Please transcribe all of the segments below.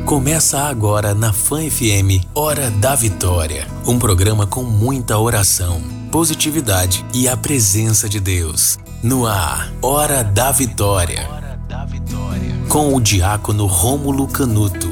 Começa agora na Fã FM, Hora da Vitória. Um programa com muita oração, positividade e a presença de Deus. No ar, Hora da Vitória. Com o diácono Rômulo Canuto.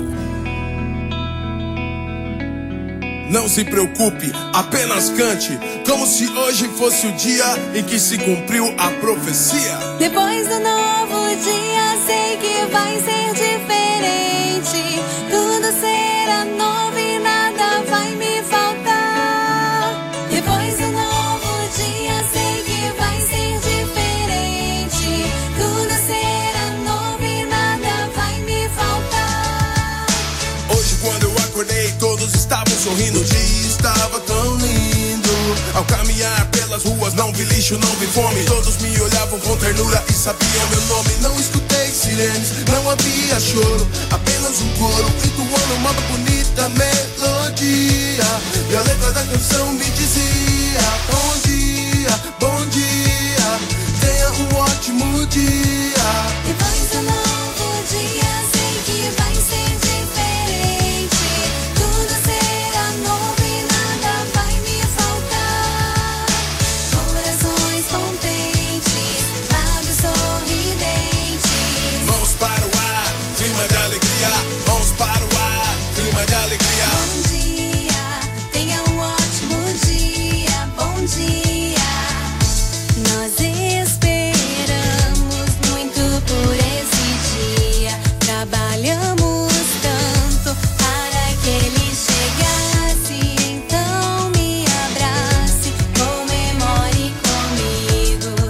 Não se preocupe, apenas cante, como se hoje fosse o dia em que se cumpriu a profecia. Depois do novo dia, sei que vai ser diferente. Tudo será novo e nada vai me faltar. Depois do novo dia, sei que vai ser diferente. Tudo será novo e nada vai me faltar. Hoje quando eu acordei, todos estavam sorrindo, o dia estava tão lindo. Ao caminhar pelas ruas não vi lixo, não vi fome. Todos me olhavam com ternura e sabiam meu nome. Não escutei sirenes, não havia choro, apenas um coro entoando uma bonita melodia. E a letra da canção me dizia: bom dia, tenha um ótimo dia. Depois do novo dia, sei que vai ser diferente. Tudo será novo e nada vai me faltar. Corações contentes, lábios sorridentes. Mãos para o ar, clima de alegria. Mãos para o ar, clima de alegria. Bom dia, tenha um ótimo dia. Bom dia. Nós esperamos muito por esse dia. Trabalhamos tanto para que ele chegasse. Então me abrace, comemore comigo.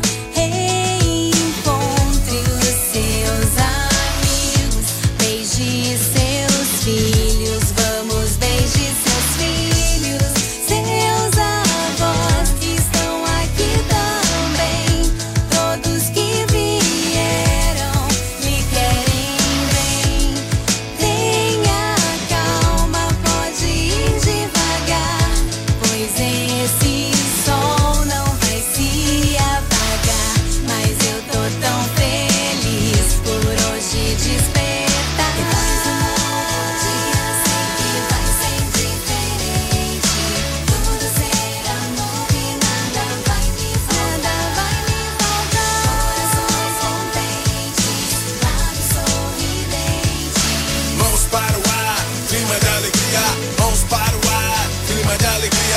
Reencontre os seus amigos. Beije seus filhos, vamos beijar seus filhos. Seus avós que estão aqui também. Todos que vieram lhe querem bem. Tenha calma, pode ir devagar, pois esse sol não vai se apagar. Mas eu tô tão feliz por hoje despertar. Depois do novo dia, sei que vai ser diferente. Tudo será novo e nada vai me faltar. Corações contentes, lábios sorridentes. Mãos para o ar, clima de alegria. Mãos para o ar, clima de alegria.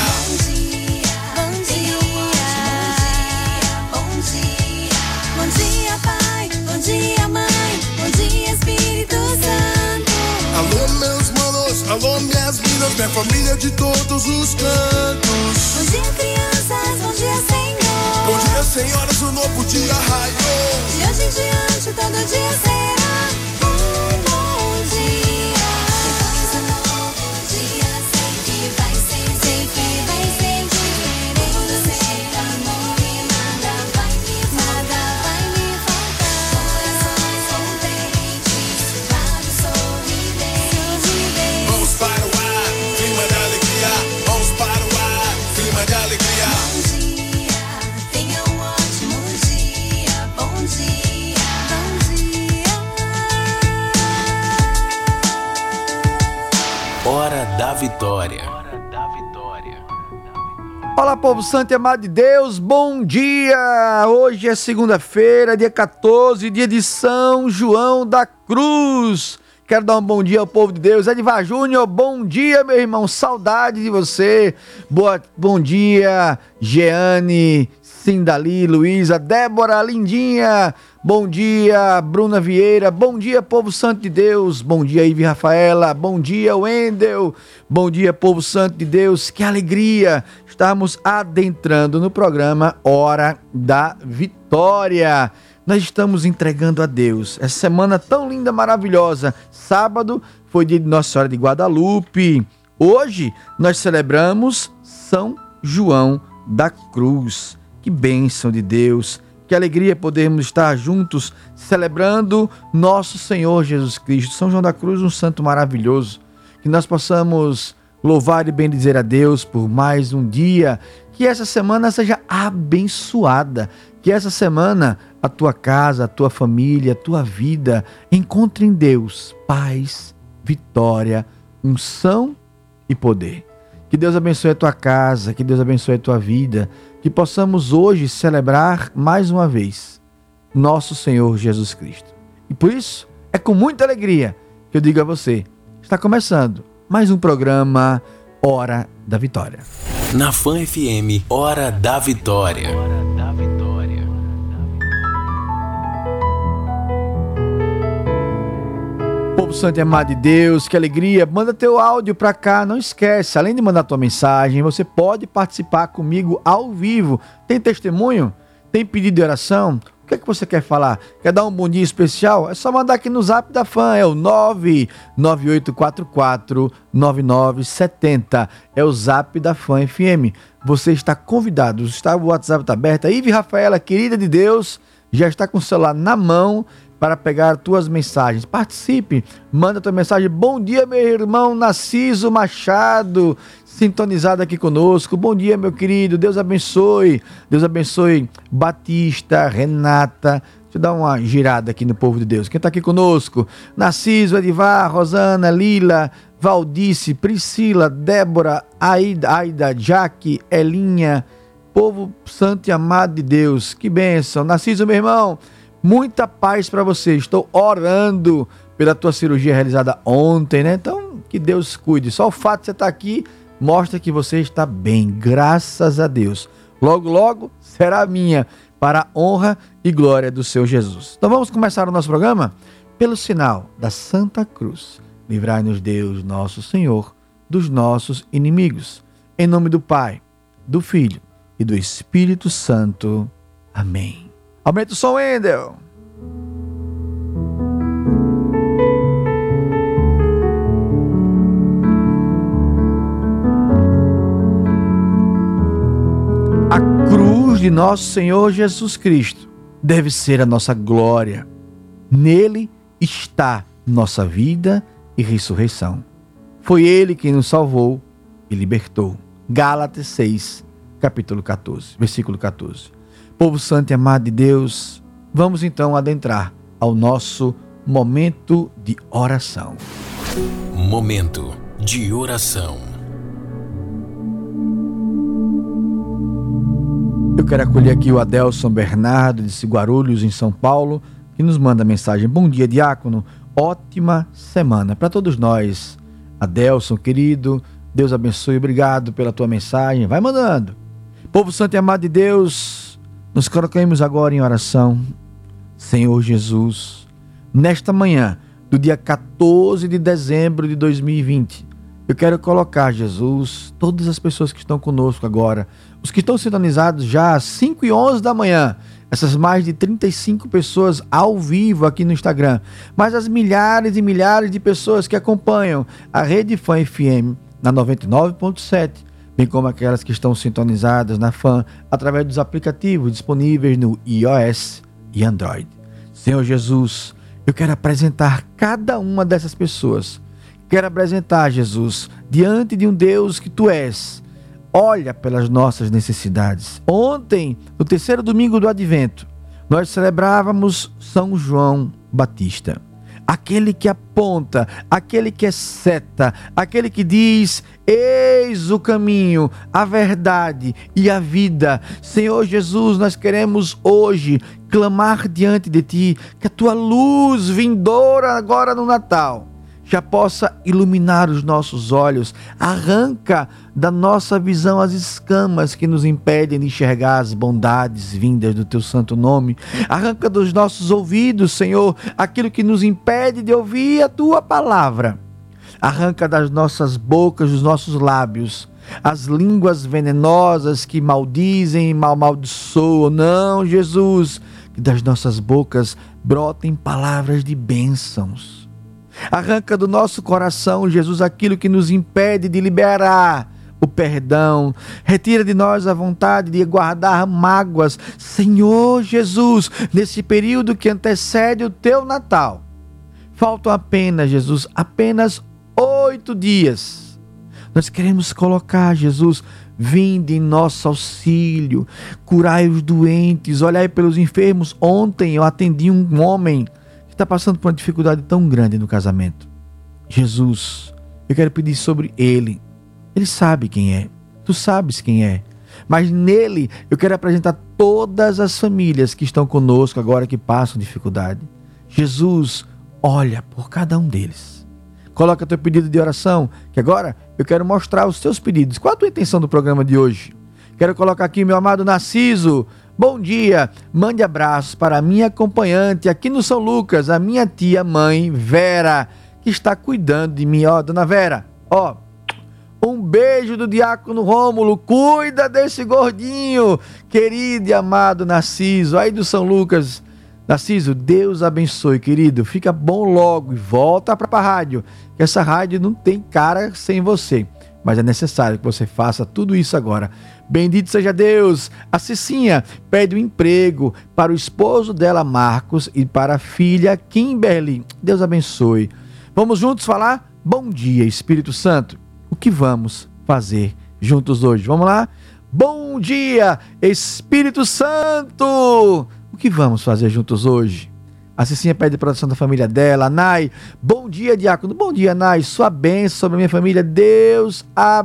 Bom dia, bom dia. Bom dia, Pai, bom dia, Mãe. Bom dia, Espírito Santo. Alô meus manos, alô minhas minas, minha família de todos os cantos. Bom dia, crianças, bom dia, Senhor. Bom dia senhoras, o novo dia raiou. De hoje em diante, todo dia será um bom dia. Depois do novo dia, sei que vai ser diferente. Tudo será novo e nada vai me faltar. Corações contentes, lábios sorridentes. Mãos para o ar, clima de alegria. Mãos para o ar, clima de alegria. Bom dia, tenha um ótimo dia. Bom dia, bom dia. Hora da Vitória. Olá, povo santo e amado de Deus, bom dia! Hoje é segunda-feira, dia 14, dia de São João da Cruz. Quero dar um bom dia ao povo de Deus. Edivar Júnior, bom dia, meu irmão, saudade de você. Bom dia, Jeane, Cindali, Luísa, Débora, lindinha. Bom dia, Bruna Vieira. Bom dia, povo santo de Deus. Bom dia, Ive Rafaela. Bom dia, Wendel. Bom dia, povo santo de Deus. Que alegria estarmos adentrando no programa Hora da Vitória. Nós estamos entregando a Deus essa semana tão linda, maravilhosa. Sábado foi dia de Nossa Senhora de Guadalupe. Hoje nós celebramos São João da Cruz. Que bênção de Deus. Que alegria podermos estar juntos celebrando nosso Senhor Jesus Cristo. São João da Cruz, um santo maravilhoso. Que nós possamos louvar e bendizer a Deus por mais um dia. Que essa semana seja abençoada. Que essa semana a tua casa, a tua família, a tua vida encontre em Deus paz, vitória, unção e poder. Que Deus abençoe a tua casa, que Deus abençoe a tua vida, que possamos hoje celebrar mais uma vez nosso Senhor Jesus Cristo. E por isso, é com muita alegria que eu digo a você, está começando mais um programa Hora da Vitória. Na Fã FM, Hora da Vitória. Povo santo e amado de Deus, que alegria, manda teu áudio pra cá, não esquece, além de mandar tua mensagem, você pode participar comigo ao vivo. Tem testemunho? Tem pedido de oração? O que é que você quer falar? Quer dar um bom dia especial? É só mandar aqui no zap da Fã, é o 998449970, é o zap da Fã FM. Você está convidado, o WhatsApp está aberto. A Ive Rafaela, querida de Deus, já está com o celular na mão para pegar tuas mensagens. Participe, manda tua mensagem. Bom dia, meu irmão Narciso Machado, sintonizado aqui conosco. Bom dia, meu querido, Deus abençoe. Deus abençoe Batista, Renata. Deixa eu dar uma girada aqui no povo de Deus. Quem está aqui conosco? Narciso, Edivar, Rosana, Lila, Valdice, Priscila, Débora, Aida, Jaque, Elinha. Povo santo e amado de Deus, que bênção. Narciso, meu irmão, muita paz para você. Estou orando pela tua cirurgia realizada ontem, né? Então, que Deus cuide. Só o fato de você estar aqui mostra que você está bem, graças a Deus. Logo, logo será minha, para a honra e glória do seu Jesus. Então vamos começar o nosso programa pelo sinal da Santa Cruz. Livrai-nos, Deus, nosso Senhor, dos nossos inimigos. Em nome do Pai, do Filho e do Espírito Santo. Amém. Aumenta o som, Wendel. A cruz de nosso Senhor Jesus Cristo deve ser a nossa glória. Nele está nossa vida e ressurreição. Foi Ele quem nos salvou e libertou. Gálatas 6, capítulo 14, versículo 14. Povo santo e amado de Deus, vamos então adentrar ao nosso momento de oração. Momento de oração. Eu quero acolher aqui o Adelson Bernardo, de Guarulhos, em São Paulo, que nos manda mensagem. Bom dia, diácono. Ótima semana para todos nós. Adelson, querido, Deus abençoe. Obrigado pela tua mensagem. Vai mandando. Povo santo e amado de Deus, nos colocamos agora em oração. Senhor Jesus, nesta manhã do dia 14 de dezembro de 2020, eu quero colocar, Jesus, todas as pessoas que estão conosco agora, os que estão sintonizados já às 5h11 da manhã, essas mais de 35 pessoas ao vivo aqui no Instagram, mas as milhares e milhares de pessoas que acompanham a Rede Fã FM na 99.7, bem como aquelas que estão sintonizadas na Fã através dos aplicativos disponíveis no iOS e Android. Senhor Jesus, eu quero apresentar cada uma dessas pessoas. Quero apresentar, Jesus, diante de um Deus que Tu és. Olha pelas nossas necessidades. Ontem, no terceiro domingo do Advento, nós celebrávamos São João Batista. Aquele que aponta, aquele que é seta, aquele que diz: eis o caminho, a verdade e a vida. Senhor Jesus, nós queremos hoje clamar diante de Ti, que a Tua luz vindoura agora no Natal já possa iluminar os nossos olhos. Arranca da nossa visão as escamas que nos impedem de enxergar as bondades vindas do Teu santo nome. Arranca dos nossos ouvidos, Senhor, aquilo que nos impede de ouvir a Tua palavra. Arranca das nossas bocas, dos nossos lábios, as línguas venenosas que maldizem e amaldiçoam. Não, Jesus, que das nossas bocas brotem palavras de bênçãos. Arranca do nosso coração, Jesus, aquilo que nos impede de liberar o perdão. Retira de nós a vontade de guardar mágoas. Senhor Jesus, nesse período que antecede o Teu Natal, faltam apenas, Jesus, apenas 8 dias. Nós queremos colocar, Jesus, vinde em nosso auxílio, curai os doentes, olhai pelos enfermos. Ontem eu atendi um homem está passando por uma dificuldade tão grande no casamento. Jesus, eu quero pedir sobre ele. Ele sabe quem é, tu sabes quem é, mas nele eu quero apresentar todas as famílias que estão conosco agora, que passam dificuldade. Jesus, olha por cada um deles. Coloca teu pedido de oração, que agora eu quero mostrar os teus pedidos. Qual a tua intenção do programa de hoje? Quero colocar aqui meu amado Narciso. Bom dia, mande abraços para a minha acompanhante aqui no São Lucas, a minha tia mãe Vera, que está cuidando de mim. Ó, dona Vera, ó, um beijo do diácono Rômulo, cuida desse gordinho, querido e amado Narciso, aí do São Lucas. Narciso, Deus abençoe, querido, fica bom logo e volta para a rádio, que essa rádio não tem cara sem você, mas é necessário que você faça tudo isso agora. Bendito seja Deus. A Cicinha pede um emprego para o esposo dela, Marcos, e para a filha Kimberly. Deus abençoe. Vamos juntos falar? Bom dia, Espírito Santo. O que vamos fazer juntos hoje? Vamos lá? Bom dia, Espírito Santo. O que vamos fazer juntos hoje? A Cicinha pede proteção da família dela. Nai, bom dia, diácono. Bom dia, Nai. Sua bênção sobre a minha família. Deus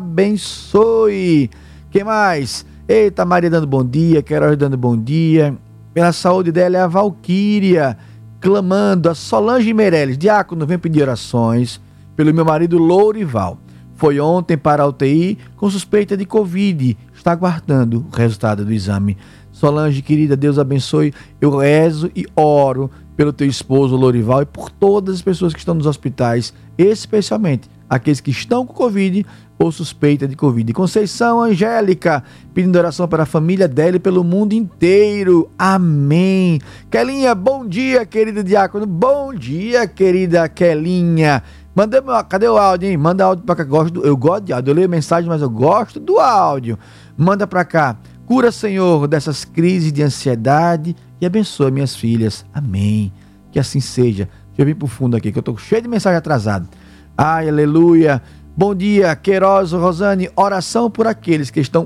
abençoe. Quem mais? Eita, Maria dando bom dia. Queiroz dando bom dia. Pela saúde dela é a Valquíria, clamando. A Solange Meirelles. Diácono, vem pedir orações pelo meu marido Lourival. Foi ontem para a UTI com suspeita de Covid. Está aguardando o resultado do exame. Solange, querida, Deus abençoe. Eu rezo e oro pelo teu esposo Lourival e por todas as pessoas que estão nos hospitais, especialmente aqueles que estão com Covid ou suspeita de Covid. Conceição Angélica, pedindo oração para a família dela e pelo mundo inteiro. Amém. Kelinha, bom dia, querida diácono. Bom dia, querida Kelinha. Cadê o áudio, hein? Manda áudio pra cá. Eu gosto de áudio. Eu leio mensagem, mas eu gosto do áudio. Manda pra cá. Cura, Senhor, dessas crises de ansiedade e abençoa minhas filhas. Amém. Que assim seja. Deixa eu vir pro fundo aqui, que eu tô cheio de mensagem atrasada. Ai, aleluia. Bom dia, Queiroz, Rosane. Oração por aqueles que estão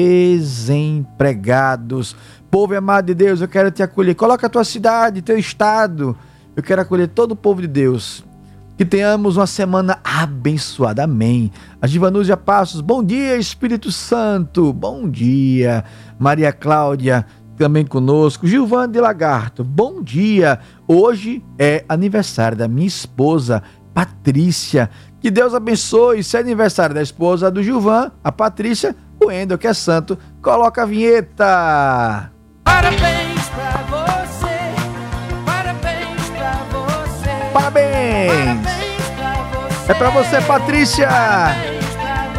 desempregados. Povo amado de Deus, eu quero te acolher. Coloca a tua cidade, teu estado. Eu quero acolher todo o povo de Deus. Que tenhamos uma semana abençoada. Amém. A Givanúzia Passos. Bom dia, Espírito Santo. Bom dia. Maria Cláudia, também conosco. Gilvane de Lagarto. Bom dia. Hoje é aniversário da minha esposa, Patrícia. Que Deus abençoe. Se é aniversário da esposa do Gilvan, a Patrícia, o Wendel, que é santo, coloca a vinheta. Parabéns pra você. Parabéns pra você. Parabéns. É pra você, Patrícia. Parabéns pra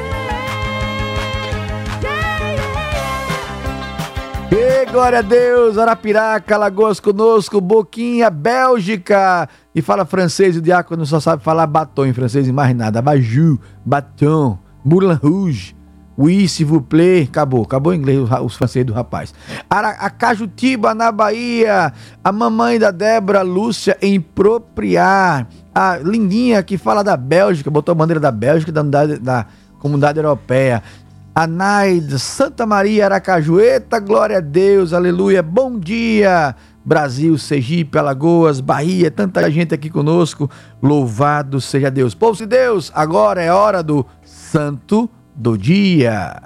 você. E glória a Deus. Arapiraca, Alagoas conosco. Boquinha, Bélgica. E fala francês, o diácono só sabe falar batom em francês e mais nada. Abajou, batom, Moulin Rouge, oui, s'il vous plaît. Acabou o inglês, os francês do rapaz. Acajutiba, na Bahia. A mamãe da Débora, Lúcia, em Propriar. A lindinha que fala da Bélgica, botou a bandeira da Bélgica, da Comunidade Europeia. A Naide, Santa Maria, Aracaju. Eita, glória a Deus, aleluia. Bom dia, Brasil, Sergipe, Alagoas, Bahia, tanta gente aqui conosco. Louvado seja Deus. Povo de Deus, agora é hora do Santo do Dia.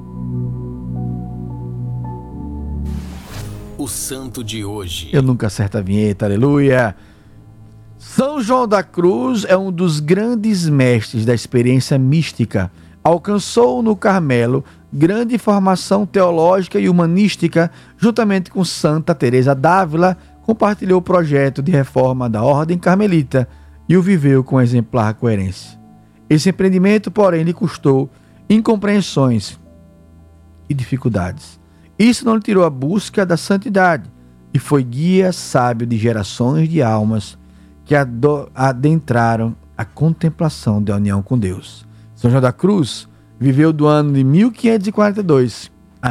O santo de hoje. Eu nunca acerto a vinheta, aleluia. São João da Cruz é um dos grandes mestres da experiência mística. Alcançou no Carmelo grande formação teológica e humanística, juntamente com Santa Teresa d'Ávila, compartilhou o projeto de reforma da Ordem Carmelita e o viveu com exemplar coerência. Esse empreendimento, porém, lhe custou incompreensões e dificuldades. Isso não lhe tirou a busca da santidade e foi guia sábio de gerações de almas que adentraram a contemplação da união com Deus. São João da Cruz viveu do ano de 1542 a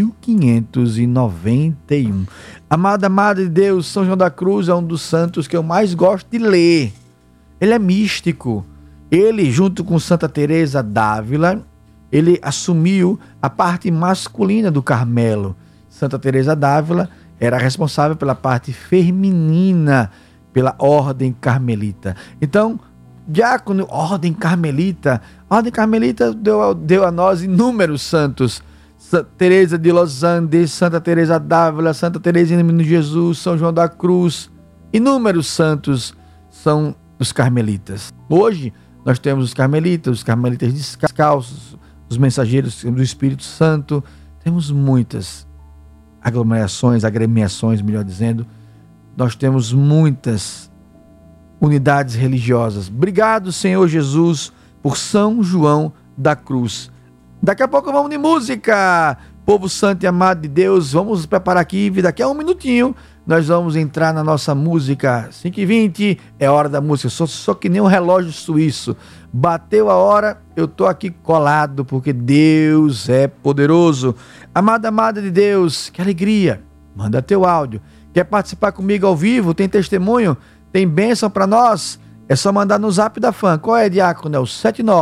1591. Amada de Deus, São João da Cruz é um dos santos que eu mais gosto de ler. Ele é místico. Ele, junto com Santa Teresa d'Ávila, ele assumiu a parte masculina do Carmelo. Santa Teresa d'Ávila era responsável pela parte feminina, pela Ordem Carmelita. Então, Diácono, Ordem Carmelita. A Ordem Carmelita deu a nós inúmeros santos. Teresa de Los Andes, Santa Teresa d'Ávila, Santa Teresinha do Menino Jesus, São João da Cruz. Inúmeros santos são os carmelitas. Hoje nós temos os carmelitas descalços, os mensageiros do Espírito Santo. Temos muitas agremiações, melhor dizendo. Nós temos muitas unidades religiosas. Obrigado, Senhor Jesus, por São João da Cruz. Daqui a pouco vamos de música. Povo santo e amado de Deus, vamos nos preparar aqui. Daqui a um minutinho nós vamos entrar na nossa música. 5h20 é hora da música. Só que nem um relógio suíço. Bateu a hora, eu tô aqui colado, porque Deus é poderoso. Amada de Deus, que alegria. Manda teu áudio. Quer participar comigo ao vivo? Tem testemunho? Tem bênção para nós? É só mandar no zap da fã. Qual é, diácono? É o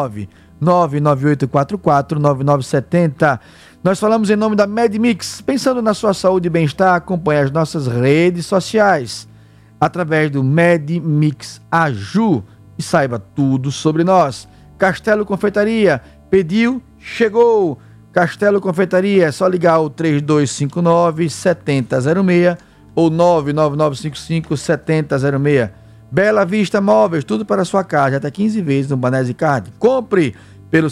79998449970. Nós falamos em nome da MedMix. Pensando na sua saúde e bem-estar, acompanhe as nossas redes sociais através do MedMix Aju e saiba tudo sobre nós. Castelo Confeitaria, pediu, chegou. Castelo Confeitaria, é só ligar o 3259-7006 ou 99955-7006. Bela Vista Móveis, tudo para a sua casa, até 15 vezes no Banese Card. Compre pelo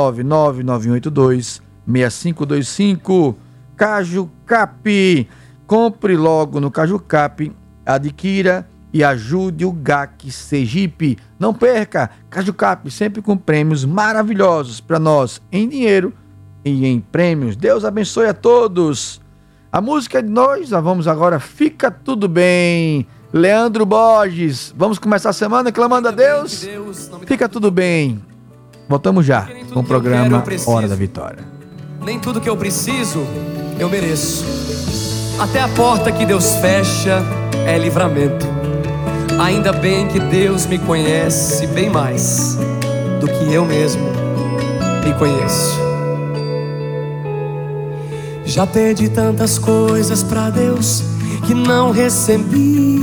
79991826525. Caju Cap, compre logo no Caju Cap, adquira e ajude o GAC Sergipe. Não perca, Caju Cap sempre com prêmios maravilhosos para nós em dinheiro e em prêmios. Deus abençoe a todos. A música é de nós vamos agora, Fica Tudo Bem. Leandro Borges, vamos começar a semana clamando a Deus. Fica tudo bem. Voltamos já com o programa Hora da Vitória. Nem tudo que eu preciso, eu mereço. Até a porta que Deus fecha é livramento. Ainda bem que Deus me conhece bem mais do que eu mesmo me conheço. Já pedi tantas coisas pra Deus que não recebi.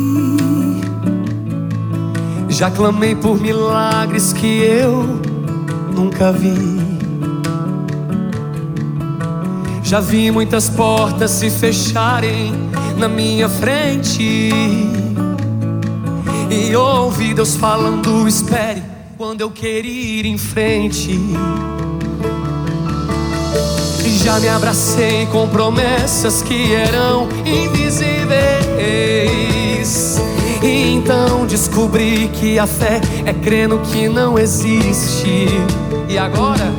Já clamei por milagres que eu nunca vi. Já vi muitas portas se fecharem na minha frente e ouvi Deus falando, espere, quando eu querer ir em frente. E já me abracei com promessas que eram invisíveis. E então descobri que a fé é crer no que não existe. E agora,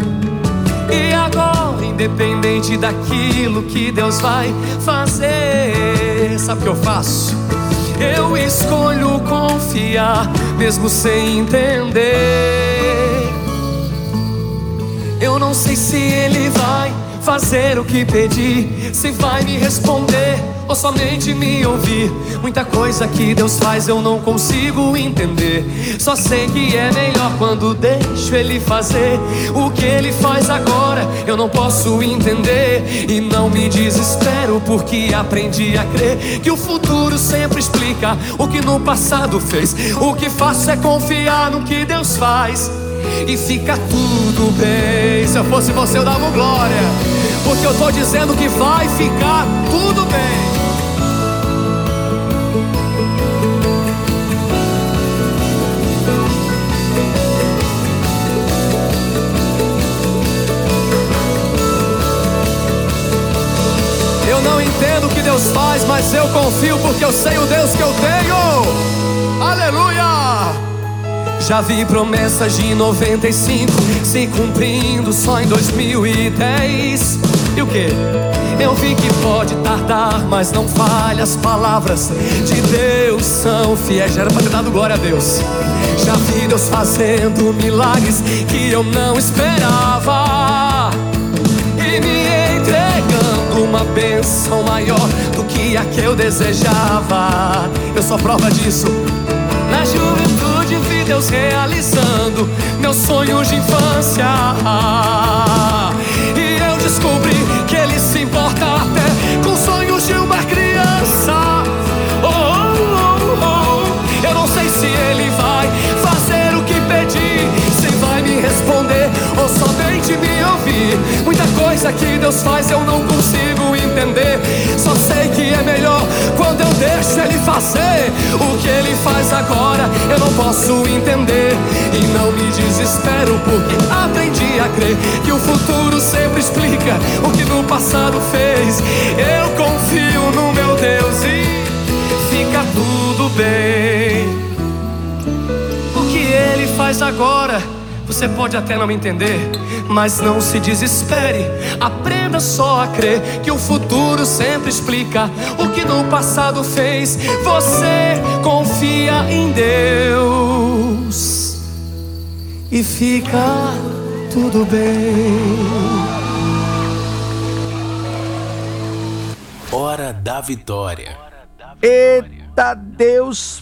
independente daquilo que Deus vai fazer, sabe o que eu faço? Eu escolho confiar, mesmo sem entender. Eu não sei se Ele vai fazer o que pedi, se vai me responder ou somente me ouvir. Muita coisa que Deus faz eu não consigo entender. Só sei que é melhor quando deixo Ele fazer. O que Ele faz agora eu não posso entender. E não me desespero porque aprendi a crer que o futuro sempre explica o que no passado fez. O que faço é confiar no que Deus faz e fica tudo bem. Se eu fosse você eu dava glória, porque eu tô dizendo que vai ficar tudo bem. Eu não entendo o que Deus faz, mas eu confio porque eu sei o Deus que eu tenho. Aleluia! Já vi promessas de 95 se cumprindo só em 2010. E o que? Eu vi que pode tardar, mas não falha. As palavras de Deus são fiéis. Já era pra ter dado glória a Deus. Já vi Deus fazendo milagres que eu não esperava e me entregando uma bênção maior do que a que eu desejava. Eu sou prova disso. Na juventude vi Deus realizando meus sonhos de infância. E eu descobri que Ele se importa até com os sonhos de uma criança. Eu não sei se Ele vai fazer o que pediu, faz agora eu não posso entender. E não me desespero porque aprendi a crer que o futuro sempre explica o que no passado fez. Eu confio no meu Deus e fica tudo bem. O que Ele faz agora você pode até não entender, mas não se desespere. Aprenda só a crer que o futuro sempre explica o que no passado fez. Você confia em Deus e fica tudo bem. Hora da Vitória. Eita Deus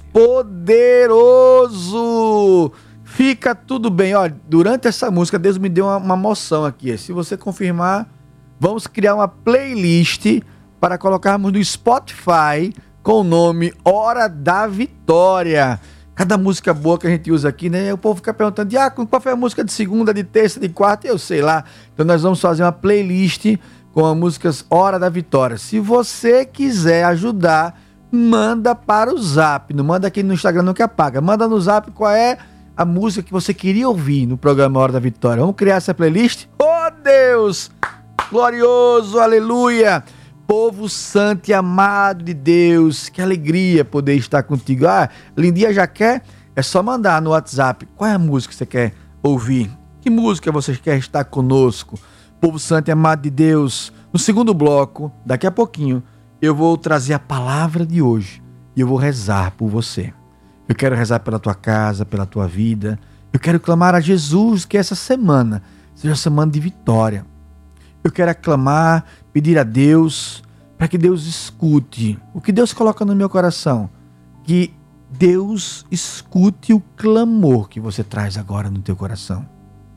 poderoso! Fica tudo bem. Olha, durante essa música Deus me deu uma moção aqui. Se você confirmar, vamos criar uma playlist para colocarmos no Spotify com o nome Hora da Vitória. Cada música boa que a gente usa aqui, né? O povo fica perguntando, qual foi a música de segunda, de terça, de quarta? Eu sei lá. Então nós vamos fazer uma playlist com as músicas Hora da Vitória. Se você quiser ajudar, manda para o Zap. Não manda aqui no Instagram, não que apaga. Manda no Zap qual é a música que você queria ouvir no programa Hora da Vitória. Vamos criar essa playlist? Oh Deus! Glorioso, aleluia! Povo santo e amado de Deus, que alegria poder estar contigo. Lindinha já quer? É só mandar no WhatsApp. Qual é a música que você quer ouvir? Que música você quer estar conosco? Povo santo e amado de Deus, no segundo bloco, daqui a pouquinho, eu vou trazer a palavra de hoje e eu vou rezar por você. Eu quero rezar pela tua casa, pela tua vida. Eu quero clamar a Jesus que essa semana seja uma semana de vitória. Eu quero aclamar, pedir a Deus para que Deus escute o que Deus coloca no meu coração. Que Deus escute o clamor que você traz agora no teu coração.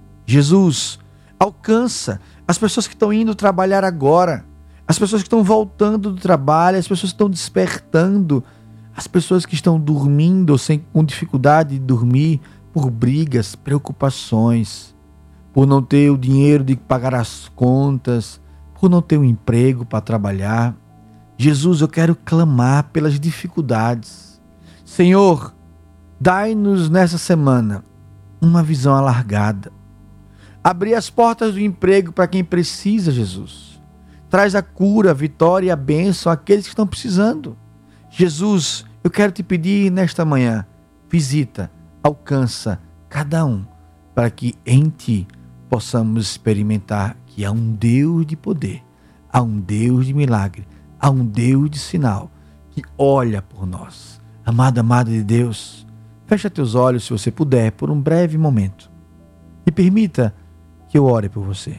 Jesus, alcança as pessoas que estão indo trabalhar agora, as pessoas que estão voltando do trabalho, as pessoas que estão despertando, as pessoas que estão dormindo com dificuldade de dormir por brigas, preocupações, por não ter o dinheiro de pagar as contas, por não ter um emprego para trabalhar. Jesus, eu quero clamar pelas dificuldades. Senhor, dai-nos nessa semana uma visão alargada. Abrir as portas do emprego para quem precisa, Jesus. Traz a cura, a vitória e a bênção àqueles que estão precisando. Jesus, eu quero te pedir nesta manhã, visita, alcança cada um, para que em ti possamos experimentar que há um Deus de poder, há um Deus de milagre, há um Deus de sinal, que olha por nós. Amado, amado de Deus, fecha teus olhos se você puder, por um breve momento, e permita que eu ore por você.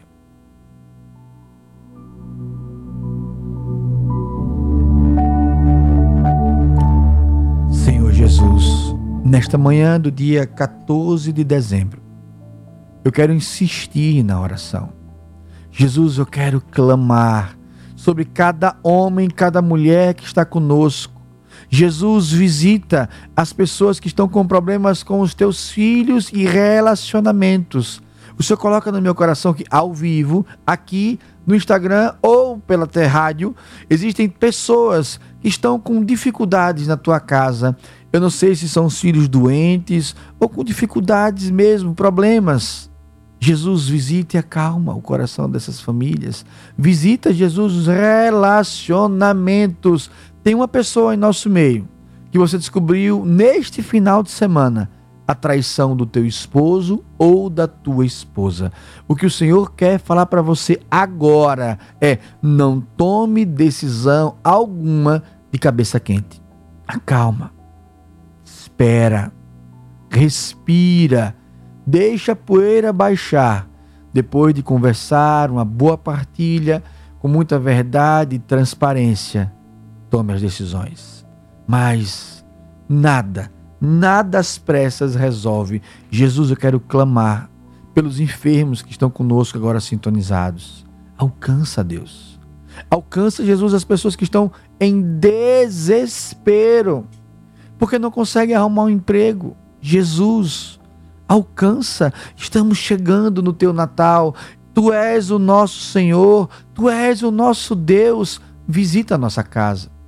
Senhor Jesus, nesta manhã do dia 14 de dezembro, eu quero insistir na oração. Jesus, eu quero clamar sobre cada homem, cada mulher que está conosco. Jesus, visita as pessoas que estão com problemas com os teus filhos e relacionamentos. O Senhor coloca no meu coração que ao vivo, aqui no Instagram ou pela rádio, existem pessoas que estão com dificuldades na tua casa. Eu não sei se são os filhos doentes ou com dificuldades mesmo, problemas. Jesus, visita e acalma o coração dessas famílias. Visita, Jesus, os relacionamentos. Tem uma pessoa em nosso meio que você descobriu neste final de semana a traição do teu esposo ou da tua esposa. O que o Senhor quer falar para você agora é: não tome decisão alguma de cabeça quente. Acalma, espera, respira, deixa a poeira baixar. Depois de conversar, uma boa partilha, com muita verdade e transparência, tome as decisões. Mas nada às pressas resolve. Jesus, eu quero clamar pelos enfermos que estão conosco agora sintonizados. Alcança, Deus. Alcança, Jesus, as pessoas que estão em desespero, porque não conseguem arrumar um emprego. Jesus, alcança. Estamos chegando no teu Natal. Tu és o nosso Senhor, tu és o nosso Deus. Visita a nossa casa.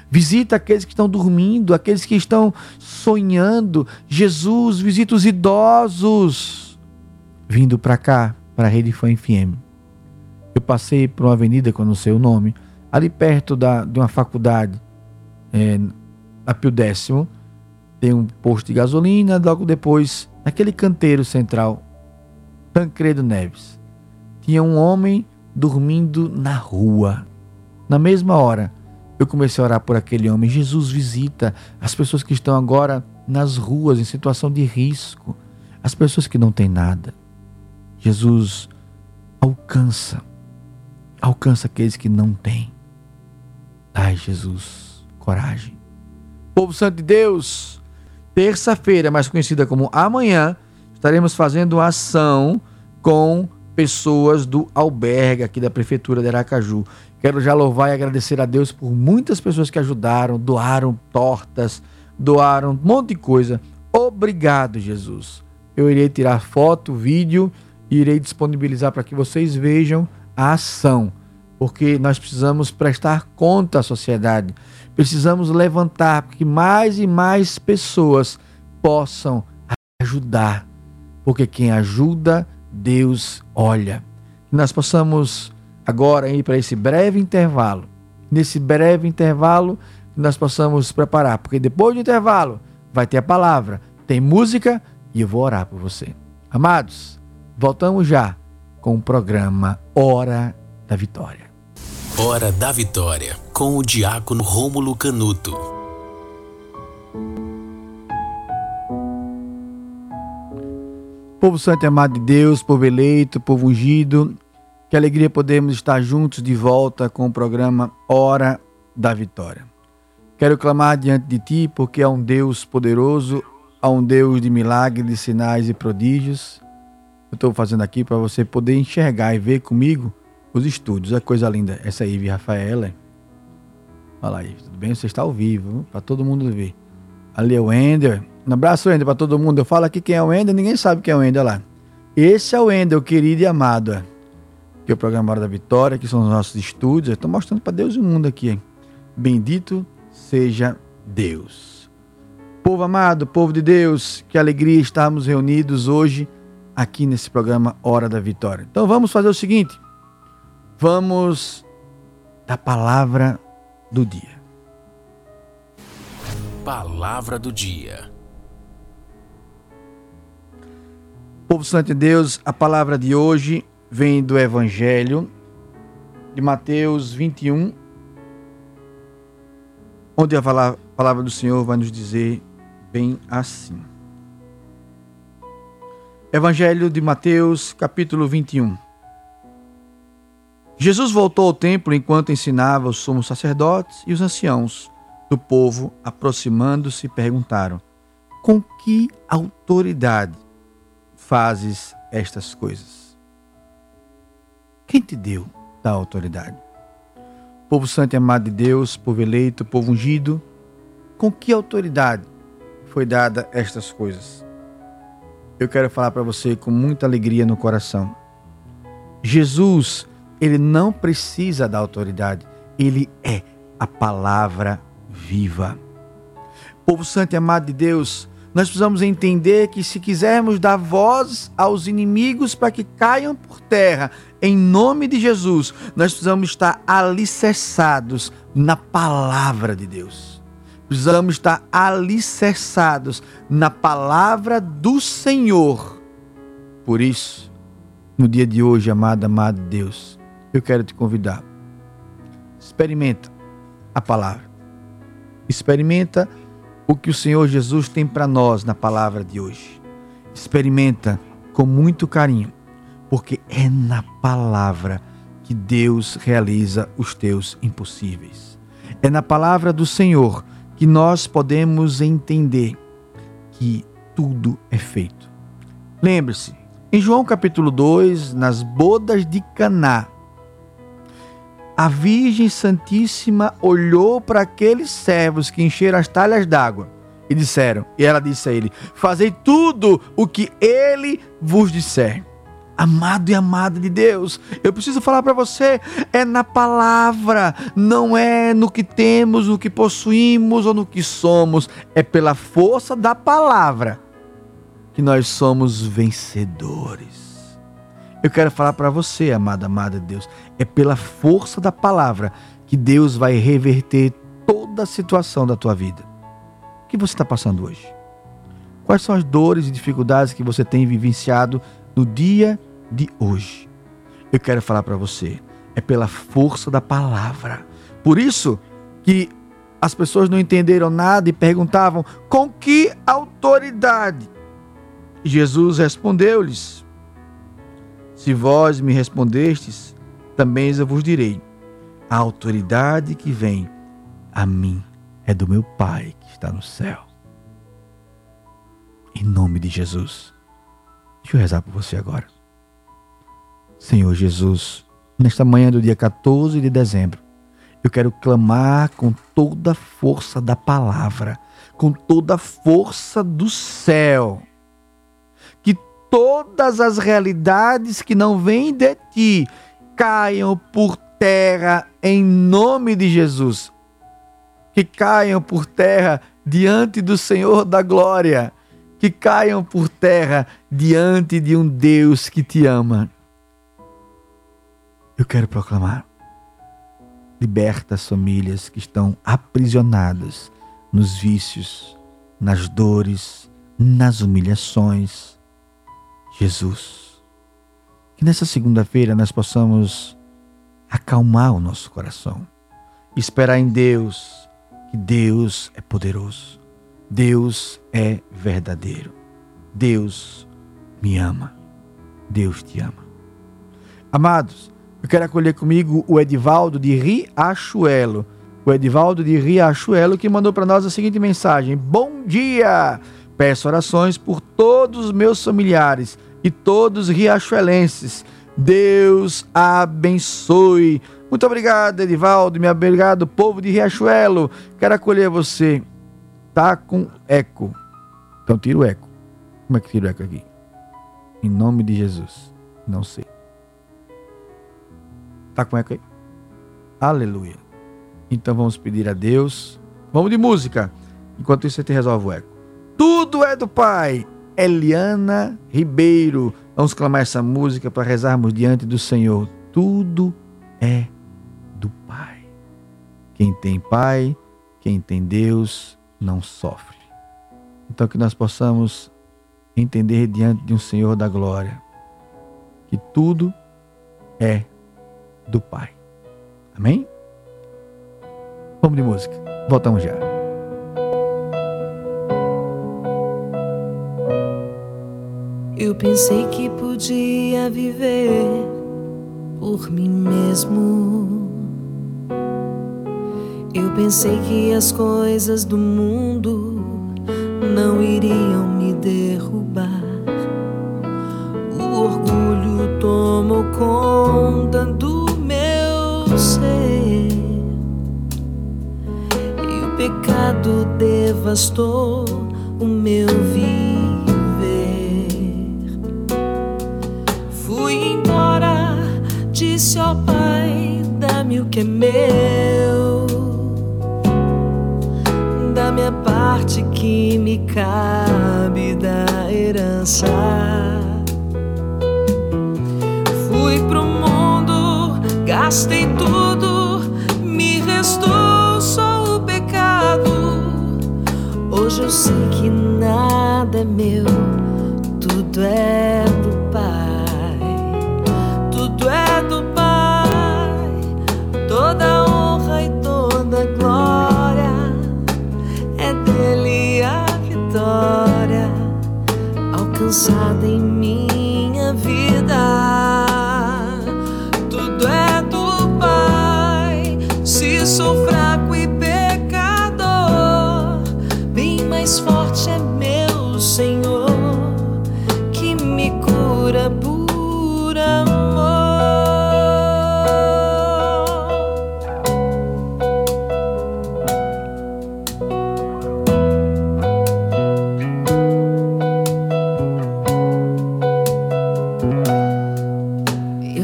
Visita aqueles que estão dormindo, aqueles que estão sonhando. Jesus, visita os idosos. Vindo para cá, para a Rede Fã FM. Eu passei por uma avenida, que eu não sei o nome, ali perto de uma faculdade, a Pio Décimo. Tem um posto de gasolina, logo depois, naquele canteiro central, Tancredo Neves, tinha um homem dormindo na rua. Na mesma hora, eu comecei a orar por aquele homem. Jesus, visita as pessoas que estão agora nas ruas, em situação de risco, as pessoas que não têm nada. Jesus, alcança aqueles que não têm. Ai, Jesus, coragem. Povo santo de Deus, terça-feira, mais conhecida como amanhã, estaremos fazendo uma ação com pessoas do albergue aqui da Prefeitura de Aracaju. Quero já louvar e agradecer a Deus por muitas pessoas que ajudaram, doaram tortas, doaram um monte de coisa. Obrigado, Jesus. Eu irei tirar foto, vídeo e irei disponibilizar para que vocês vejam a ação, porque nós precisamos prestar conta à sociedade. Precisamos levantar para que mais e mais pessoas possam ajudar, porque quem ajuda, Deus olha. Que nós possamos agora ir para esse breve intervalo. Nesse breve intervalo, nós possamos nos preparar, porque depois do intervalo vai ter a palavra, tem música e eu vou orar por você. Amados, voltamos já com o programa Hora da Vitória. Hora da Vitória, com o diácono Rômulo Canuto. Povo santo e amado de Deus, povo eleito, povo ungido, que alegria podemos estar juntos de volta com o programa Hora da Vitória. Quero clamar diante de Ti, porque há um Deus poderoso, há um Deus de milagres, de sinais e prodígios. Eu estou fazendo aqui para você poder enxergar e ver comigo os estúdios. É coisa linda. Essa aí, Rafaela. Fala aí, tudo bem? Você está ao vivo, para todo mundo ver. Ali é o Wender. Um abraço, Wender, para todo mundo. Eu falo aqui quem é o Wender, ninguém sabe quem é o Wender lá. Esse é o Wender, o querido e amado. Que é o programa Hora da Vitória, que são os nossos estúdios. Eu estou mostrando para Deus e o mundo aqui. Hein? Bendito seja Deus. Povo amado, povo de Deus, que alegria estarmos reunidos hoje aqui nesse programa Hora da Vitória. Então vamos fazer o seguinte. Vamos da palavra do dia. Palavra do dia. Povo santo de Deus, a palavra de hoje vem do Evangelho de Mateus 21, onde a palavra do Senhor vai nos dizer bem assim. Evangelho de Mateus, capítulo 21. Jesus voltou ao templo enquanto ensinava os sumos sacerdotes e os anciãos do povo, aproximando-se, perguntaram: com que autoridade fazes estas coisas? Quem te deu tal autoridade? Povo santo e amado de Deus, povo eleito, povo ungido, com que autoridade foi dada estas coisas? Eu quero falar para você com muita alegria no coração. Jesus, ele não precisa da autoridade, ele é a palavra viva. Povo santo e amado de Deus, nós precisamos entender que se quisermos dar voz aos inimigos para que caiam por terra, em nome de Jesus, nós precisamos estar alicerçados na palavra de Deus. Precisamos estar alicerçados na palavra do Senhor. Por isso, no dia de hoje, amado de Deus, eu quero te convidar. Experimenta a palavra. Experimenta o que o Senhor Jesus tem para nós na palavra de hoje. Experimenta com muito carinho, porque é na palavra que Deus realiza os teus impossíveis. É na palavra do Senhor que nós podemos entender que tudo é feito. Lembre-se, em João capítulo 2, nas bodas de Caná, a Virgem Santíssima olhou para aqueles servos que encheram as talhas d'água e ela disse a ele: fazei tudo o que ele vos disser. Amado e amada de Deus, eu preciso falar para você, é na palavra, não é no que temos, no que possuímos ou no que somos, é pela força da palavra que nós somos vencedores. Eu quero falar para você, amada, amada de Deus, é pela força da palavra que Deus vai reverter toda a situação da tua vida. O que você está passando hoje? Quais são as dores e dificuldades que você tem vivenciado no dia de hoje? Eu quero falar para você, é pela força da palavra. Por isso que as pessoas não entenderam nada e perguntavam, com que autoridade? Jesus respondeu-lhes, se vós me respondestes, também eu vos direi, a autoridade que vem a mim é do meu Pai que está no céu. Em nome de Jesus. Deixa eu rezar por você agora. Senhor Jesus, nesta manhã do dia 14 de dezembro, eu quero clamar com toda a força da palavra, com toda a força do céu, que todas as realidades que não vêm de ti caiam por terra em nome de Jesus. Que caiam por terra diante do Senhor da glória. Que caiam por terra diante de um Deus que te ama. Eu quero proclamar, liberta as famílias que estão aprisionadas nos vícios, nas dores, nas humilhações. Jesus, que nessa segunda-feira nós possamos acalmar o nosso coração, esperar em Deus, que Deus é poderoso. Deus é verdadeiro. Deus me ama. Deus te ama. Amados, eu quero acolher comigo o Edivaldo de Riachuelo. O Edivaldo de Riachuelo que mandou para nós a seguinte mensagem. Bom dia! Peço orações por todos os meus familiares e todos os riachuelenses. Deus abençoe. Muito obrigado, Edivaldo. Me obrigado, povo de Riachuelo. Quero acolher você. Tá com eco. Então tira o eco. Como é que tira o eco aqui? Em nome de Jesus. Não sei. Tá com eco aí? Aleluia. Então vamos pedir a Deus. Vamos de música. Enquanto isso você resolve o eco. Tudo é do Pai. Eliana Ribeiro. Vamos clamar essa música para rezarmos diante do Senhor. Tudo é do Pai. Quem tem Pai, quem tem Deus, não sofre. Então que nós possamos entender diante de um Senhor da glória que tudo é do Pai. Amém? Vamos de música. Voltamos já. Eu pensei que podia viver por mim mesmo. Eu pensei que as coisas do mundo não iriam me derrubar. O orgulho tomou conta do meu ser e o pecado devastou o meu viver. Fui embora, disse ao Pai, dá-me o que é meu, da minha parte que me cabe da herança. Fui pro mundo, gastei tudo, me restou só o pecado. Hoje eu sei que nada é meu, tudo é do Pai, tudo é do Pai. Toda honra e toda glória é dele a vitória alcançada em minha vida. Tudo é do Pai. Se sou fraco e pecador, bem mais forte é meu Senhor, que me cura por amor.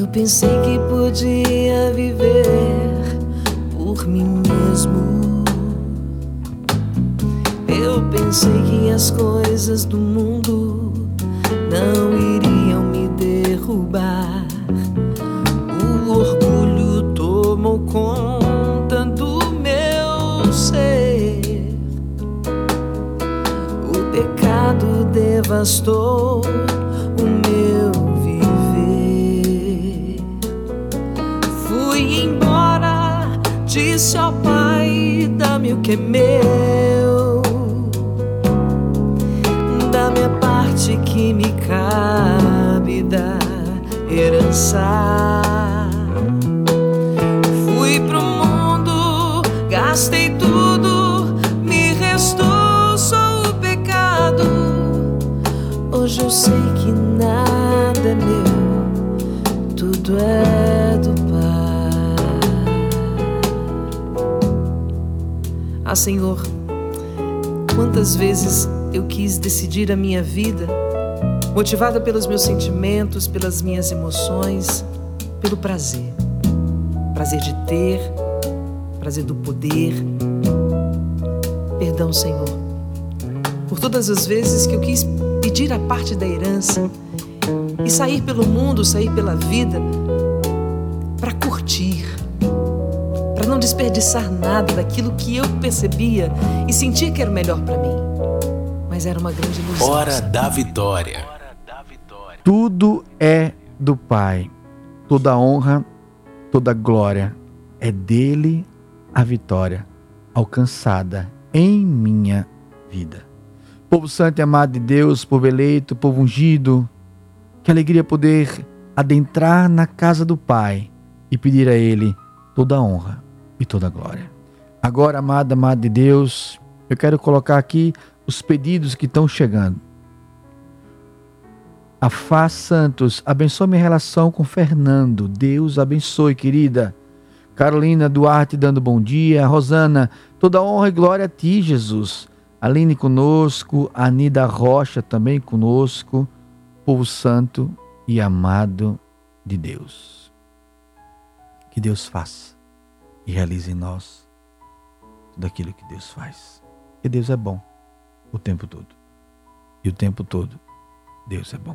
pensei que podia viver por mim mesmo. Eu pensei que as coisas do mundo não iriam me derrubar. O orgulho tomou conta do meu ser. O pecado devastou o meu viver. Fui embora, disse ao Pai: dá-me o que é meu, dá-me a parte que me cabe da herança. Fui pro mundo, gastei tudo, me restou só o pecado. Hoje eu sei que nada é meu, tudo é do Pai. Ah, Senhor, quantas vezes eu quis decidir a minha vida, motivada pelos meus sentimentos, pelas minhas emoções, pelo prazer. Prazer de ter, prazer do poder. Perdão, Senhor, por todas as vezes que eu quis pedir a parte da herança e sair pelo mundo, sair pela vida para curtir, para não desperdiçar nada daquilo que eu percebia e sentia que era o melhor para mim. Mas era uma grande ilusão. Hora da Vitória. Tudo é do Pai. Toda honra, toda glória é dele a vitória alcançada em minha vida. Povo santo e amado de Deus, povo eleito, povo ungido, que alegria poder adentrar na casa do Pai e pedir a Ele toda honra e toda glória. Agora, amado de Deus, eu quero colocar aqui os pedidos que estão chegando. A Fá Santos, abençoe minha relação com Fernando. Deus abençoe, querida. Carolina Duarte dando bom dia. Rosana, toda honra e glória a ti, Jesus. Aline conosco, Anida Rocha também conosco. Povo santo e amado de Deus. Que Deus faça e realize em nós tudo aquilo que Deus faz. Que Deus é bom o tempo todo. E o tempo todo Deus é bom.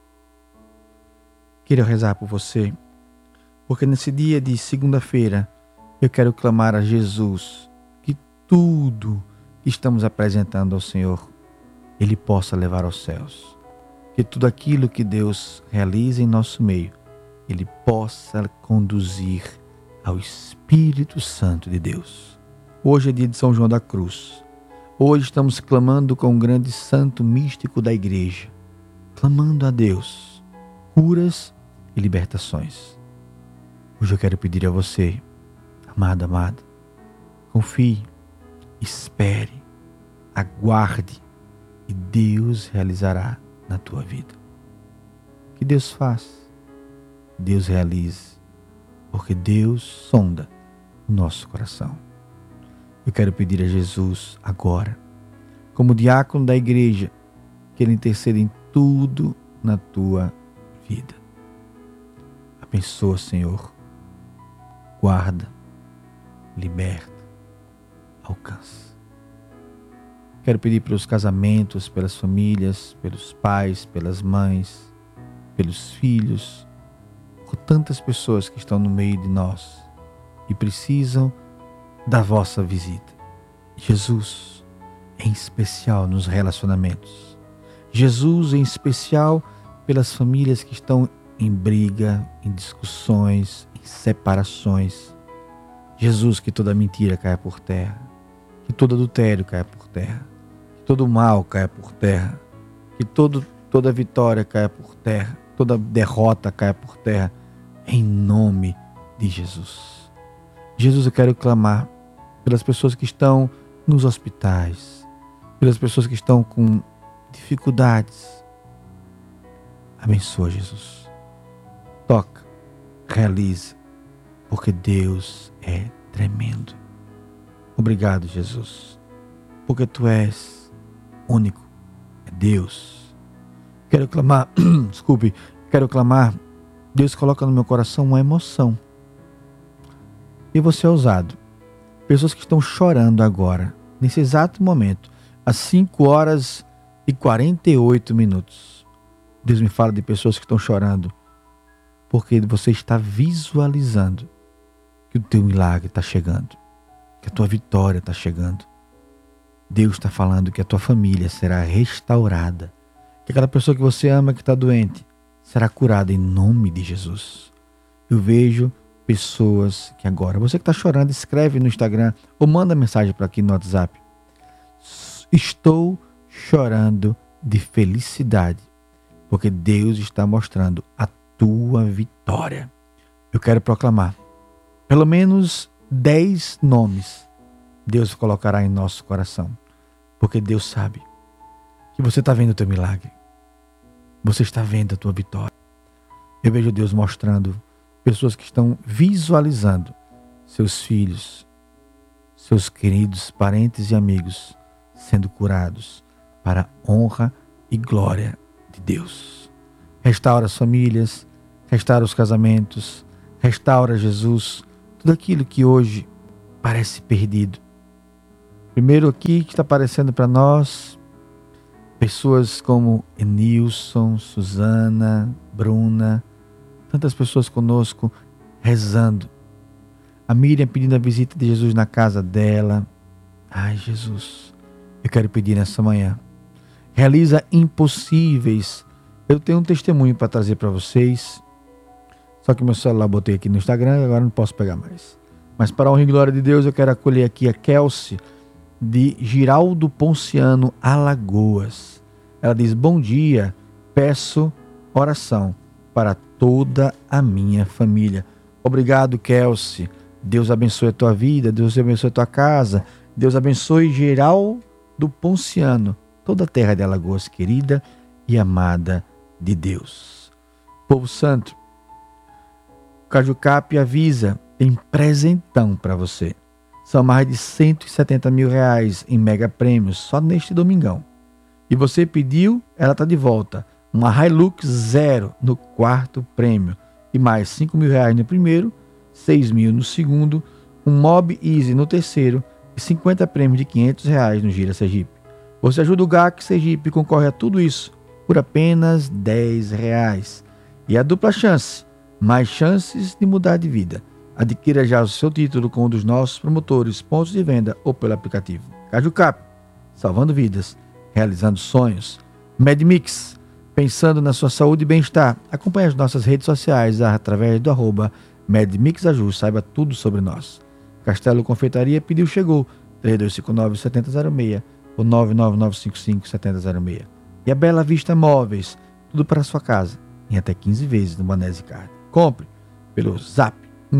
Quero rezar por você, porque nesse dia de segunda-feira eu quero clamar a Jesus que tudo que estamos apresentando ao Senhor, Ele possa levar aos céus. Que tudo aquilo que Deus realiza em nosso meio, Ele possa conduzir ao Espírito Santo de Deus. Hoje é dia de São João da Cruz. Hoje estamos clamando com um grande santo místico da igreja, clamando a Deus curas e libertações. Hoje eu quero pedir a você, amada, confie, espere, aguarde e Deus realizará na tua vida. Que Deus faça, Deus realize, porque Deus sonda o nosso coração. Eu quero pedir a Jesus agora, como diácono da igreja, que Ele interceda em tudo na tua vida. Abençoa, Senhor, guarda, liberta, alcança. Quero pedir pelos casamentos, pelas famílias, pelos pais, pelas mães, pelos filhos, por tantas pessoas que estão no meio de nós e precisam da vossa visita. Jesus, em especial nos relacionamentos. Jesus, em especial pelas famílias que estão em briga, em discussões, em separações. Jesus, que toda mentira caia por terra, que todo adultério caia por terra, que todo mal caia por terra, que toda vitória caia por terra, toda derrota caia por terra, em nome de Jesus. Jesus, eu quero clamar pelas pessoas que estão nos hospitais, pelas pessoas que estão com dificuldades. Abençoa, Jesus. Toca, realiza, porque Deus é tremendo. Obrigado, Jesus, porque Tu és único, é Deus. Quero clamar, quero clamar Deus coloca no meu coração uma emoção. E você é ousado. Pessoas que estão chorando agora, nesse exato momento, às 5h48. Deus me fala de pessoas que estão chorando, porque você está visualizando que o teu milagre está chegando, que a tua vitória está chegando. Deus está falando que a tua família será restaurada, que aquela pessoa que você ama que está doente será curada em nome de Jesus. Eu vejo pessoas que agora, você que está chorando, escreve no Instagram ou manda mensagem para aqui no WhatsApp. Estou chorando de felicidade, porque Deus está mostrando a tua vitória. Eu quero proclamar, pelo menos 10 nomes Deus colocará em nosso coração, porque Deus sabe que você está vendo o teu milagre, você está vendo a tua vitória. Eu vejo Deus mostrando pessoas que estão visualizando seus filhos, seus queridos parentes e amigos sendo curados para a honra e glória de Deus. Restaura as famílias, restaura os casamentos, restaura, Jesus, tudo aquilo que hoje parece perdido. Primeiro aqui que está aparecendo para nós, pessoas como Enilson, Suzana, Bruna, tantas pessoas conosco rezando. A Miriam pedindo a visita de Jesus na casa dela. Ai, Jesus, eu quero pedir nessa manhã. Realiza impossíveis. Eu tenho um testemunho para trazer para vocês. Só que meu celular botei aqui no Instagram e agora não posso pegar mais. Mas para a honra e glória de Deus, eu quero acolher aqui a Kelsey de Giraldo Ponciano, Alagoas. Ela diz: bom dia, peço oração para toda a minha família. Obrigado, Kelsey. Deus abençoe a tua vida, Deus abençoe a tua casa, Deus abençoe Giraldo Ponciano, toda a terra de Alagoas, querida e amada de Deus. Povo Santo, Cajucap avisa, tem presentão para você. São mais de 170 mil reais em mega prêmios só neste domingão. E você pediu, ela está de volta. Uma Hilux Zero no quarto prêmio. E mais 5 mil reais no primeiro, 6 mil no segundo, um Mob Easy no terceiro e 50 prêmios de 500 reais no Gira Sergipe. Você ajuda o GAC Sergipe e concorre a tudo isso por apenas 10 reais. E a dupla chance, mais chances de mudar de vida. Adquira já o seu título com um dos nossos promotores, pontos de venda ou pelo aplicativo. Cajucap, salvando vidas, realizando sonhos. MedMix, pensando na sua saúde e bem-estar. Acompanhe as nossas redes sociais através do @MedMixAju, saiba tudo sobre nós. Castelo Confeitaria pediu, chegou, 3259-7006 ou 99955-7006. E a Bela Vista Móveis, tudo para a sua casa, em até 15 vezes no Banese Card. Compre pelo Zap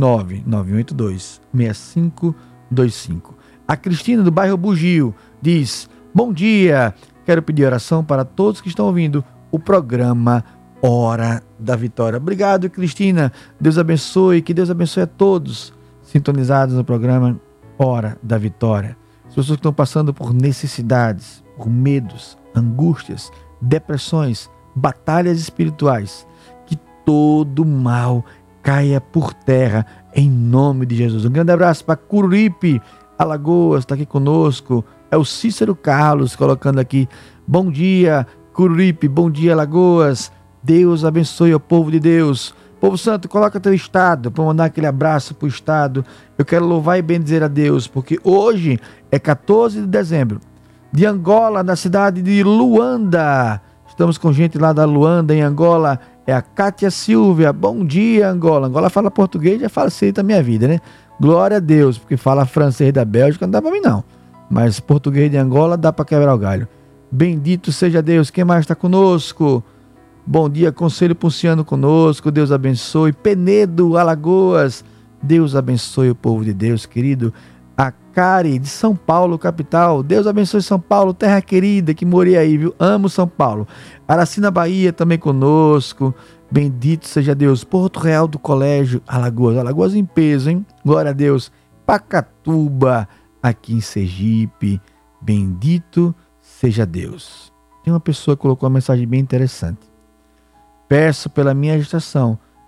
99182-6525. A Cristina do bairro Bugio diz: bom dia, quero pedir oração para todos que estão ouvindo o programa Hora da Vitória. Obrigado, Cristina, Deus abençoe, que Deus abençoe a todos sintonizados no programa Hora da Vitória. As pessoas que estão passando por necessidades, por medos, angústias, depressões, batalhas espirituais, que todo mal caia por terra, em nome de Jesus. Um grande abraço para Cururipe, Alagoas, está aqui conosco. É o Cícero Carlos colocando aqui: bom dia, Cururipe, bom dia, Alagoas. Deus abençoe o povo de Deus. Povo Santo, coloca teu estado, para mandar aquele abraço para o estado. Eu quero louvar e bendizer a Deus, porque hoje é 14 de dezembro, de Angola, na cidade de Luanda. Estamos com gente lá da Luanda, em Angola. É a Cátia Silvia. Bom dia, Angola. Angola fala português, já facilita a minha vida, né? Glória a Deus, porque fala francês da Bélgica, não dá pra mim não. Mas português de Angola dá pra quebrar o galho. Bendito seja Deus. Quem mais está conosco? Bom dia, Conselho Ponciano conosco. Deus abençoe. Penedo, Alagoas. Deus abençoe o povo de Deus, querido. A Cari, de São Paulo, capital. Deus abençoe São Paulo, terra querida, que morei aí, viu? Amo São Paulo. Aracina, Bahia, também conosco. Bendito seja Deus. Porto Real do Colégio, Alagoas. Alagoas em peso, hein? Glória a Deus. Pacatuba, aqui em Sergipe. Bendito seja Deus. Tem uma pessoa que colocou uma mensagem bem interessante. Peço pela minha gestação.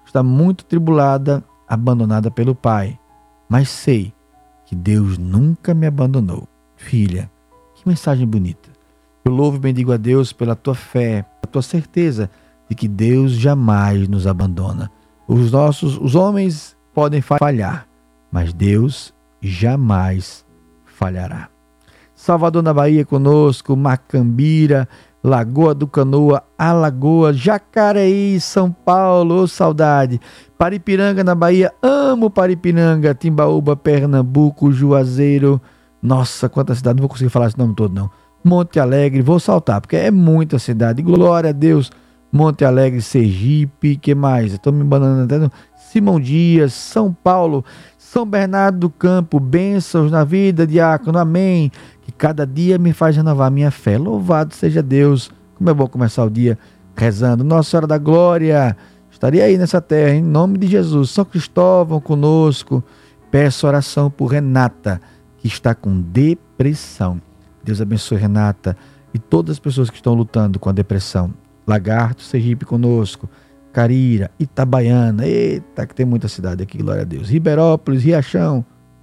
está muito tribulada, abandonada pelo pai. Mas sei que Deus nunca me abandonou. Filha, que mensagem bonita. Eu louvo e bendigo a Deus pela tua fé, a tua certeza de que Deus jamais nos abandona. Os homens podem falhar, mas Deus jamais falhará. Salvador na Bahia conosco, Macambira, Lagoa do Canoa, Alagoas, Jacareí, São Paulo, saudade. Paripiranga na Bahia, amo Paripiranga, Timbaúba, Pernambuco, Juazeiro. Nossa, quanta cidade, não vou conseguir falar esse nome todo não. Monte Alegre, vou saltar, porque é muita cidade. Glória a Deus. Monte Alegre, Sergipe, que mais? Estou me embanando até no Simão Dias, São Paulo, São Bernardo do Campo, bênçãos na vida, diácono, amém. Que cada dia me faz renovar minha fé. Louvado seja Deus. Como é bom começar o dia rezando. Nossa Senhora da Glória, estaria aí nessa terra, em nome de Jesus. São Cristóvão conosco. Peço oração por Renata, que está com depressão. Deus abençoe Renata e todas as pessoas que estão lutando com a depressão. Lagarto, Sergipe conosco, Carira, Itabaiana, eita, que tem muita cidade aqui, glória a Deus. Ribeirópolis, Riachão,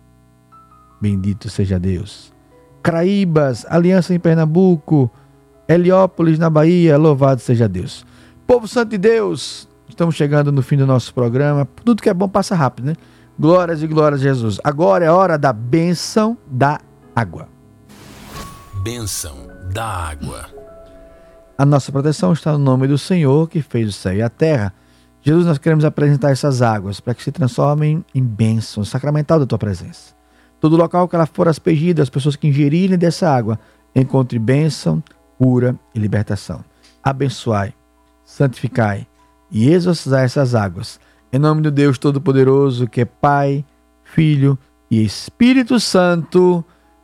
bendito seja Deus. Craíbas, Aliança em Pernambuco, Heliópolis na Bahia, louvado seja Deus. Povo santo de Deus, estamos chegando no fim do nosso programa, tudo que é bom passa rápido, né? Glórias e glórias a Jesus. Agora é hora da bênção da água. Bênção da água. A nossa proteção está no nome do Senhor, que fez o céu e a terra. Jesus, nós queremos apresentar essas águas para que se transformem em bênção sacramental da tua presença. Todo local que ela for aspergida, as pessoas que ingerirem dessa água, encontre bênção, cura e libertação. Abençoai, santificai e exorcizai essas águas. Em nome do Deus Todo-Poderoso, que é Pai, Filho e Espírito Santo.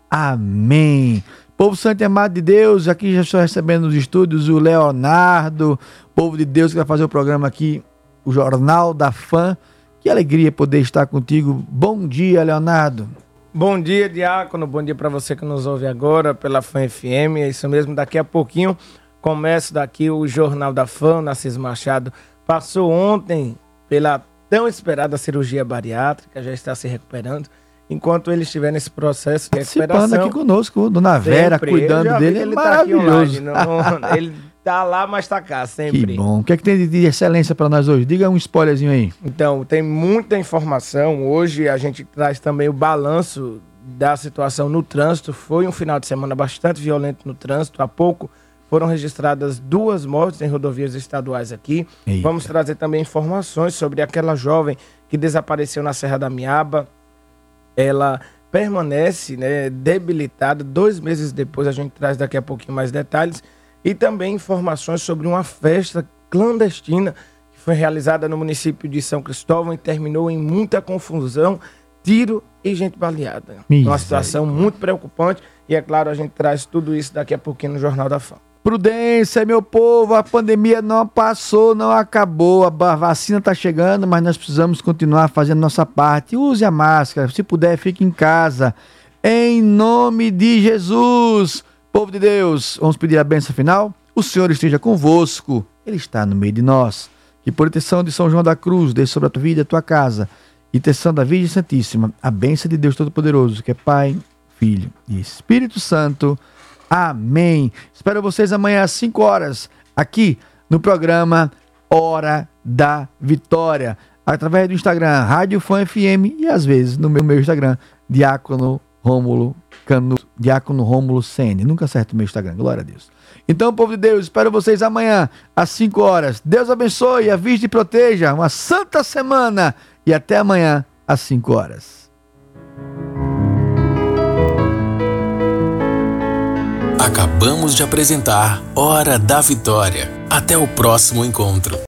Amém. Povo santo e amado de Deus, aqui já estou recebendo nos estúdios o Leonardo, povo de Deus que vai fazer o programa aqui, o Jornal da Fã. Que alegria poder estar contigo. Bom dia, Leonardo. Bom dia, diácono. Bom dia para você que nos ouve agora pela Fã FM. É isso mesmo, daqui a pouquinho começa daqui o Jornal da Fã. Narciso Machado passou ontem pela tão esperada cirurgia bariátrica, já está se recuperando. Enquanto ele estiver nesse processo de recuperação... Participando aqui conosco, Dona Vera, cuidando dele, é maravilhoso. Tá online, ele tá lá, mas tá cá, sempre. Que bom. O que é que tem de excelência para nós hoje? Diga um spoilerzinho aí. Então, tem muita informação. Hoje a gente traz também o balanço da situação no trânsito. Foi um final de semana bastante violento no trânsito. Há pouco foram registradas 2 mortes em rodovias estaduais aqui. Eita. Vamos trazer também informações sobre aquela jovem que desapareceu na Serra da Miaba. Ela permanece, né, debilitada. 2 meses depois, a gente traz daqui a pouquinho mais detalhes. E também informações sobre uma festa clandestina que foi realizada no município de São Cristóvão e terminou em muita confusão, tiro e gente baleada. Uma situação muito preocupante. E é claro, a gente traz tudo isso daqui a pouquinho no Jornal da Fã. Prudência, meu povo, a pandemia não passou, não acabou, a vacina está chegando, mas nós precisamos continuar fazendo nossa parte. Use a máscara, se puder, fique em casa. Em nome de Jesus, povo de Deus, vamos pedir a bênção final? O Senhor esteja convosco, Ele está no meio de nós. Que por intercessão de São João da Cruz, desça sobre a tua vida e a tua casa, e intercessão da Virgem Santíssima, a bênção de Deus Todo-Poderoso, que é Pai, Filho e Espírito Santo. Amém. Espero vocês amanhã às 5 horas, aqui no programa Hora da Vitória, através do Instagram, Rádio Fã FM, e às vezes no meu Instagram, Diácono Rômulo Canuto, Diácono Rômulo CN. Nunca acerto o meu Instagram, glória a Deus. Então, povo de Deus, espero vocês amanhã às 5 horas. Deus abençoe, a Virgem te proteja, uma santa semana e até amanhã às 5 horas. Acabamos de apresentar Hora da Vitória. Até o próximo encontro.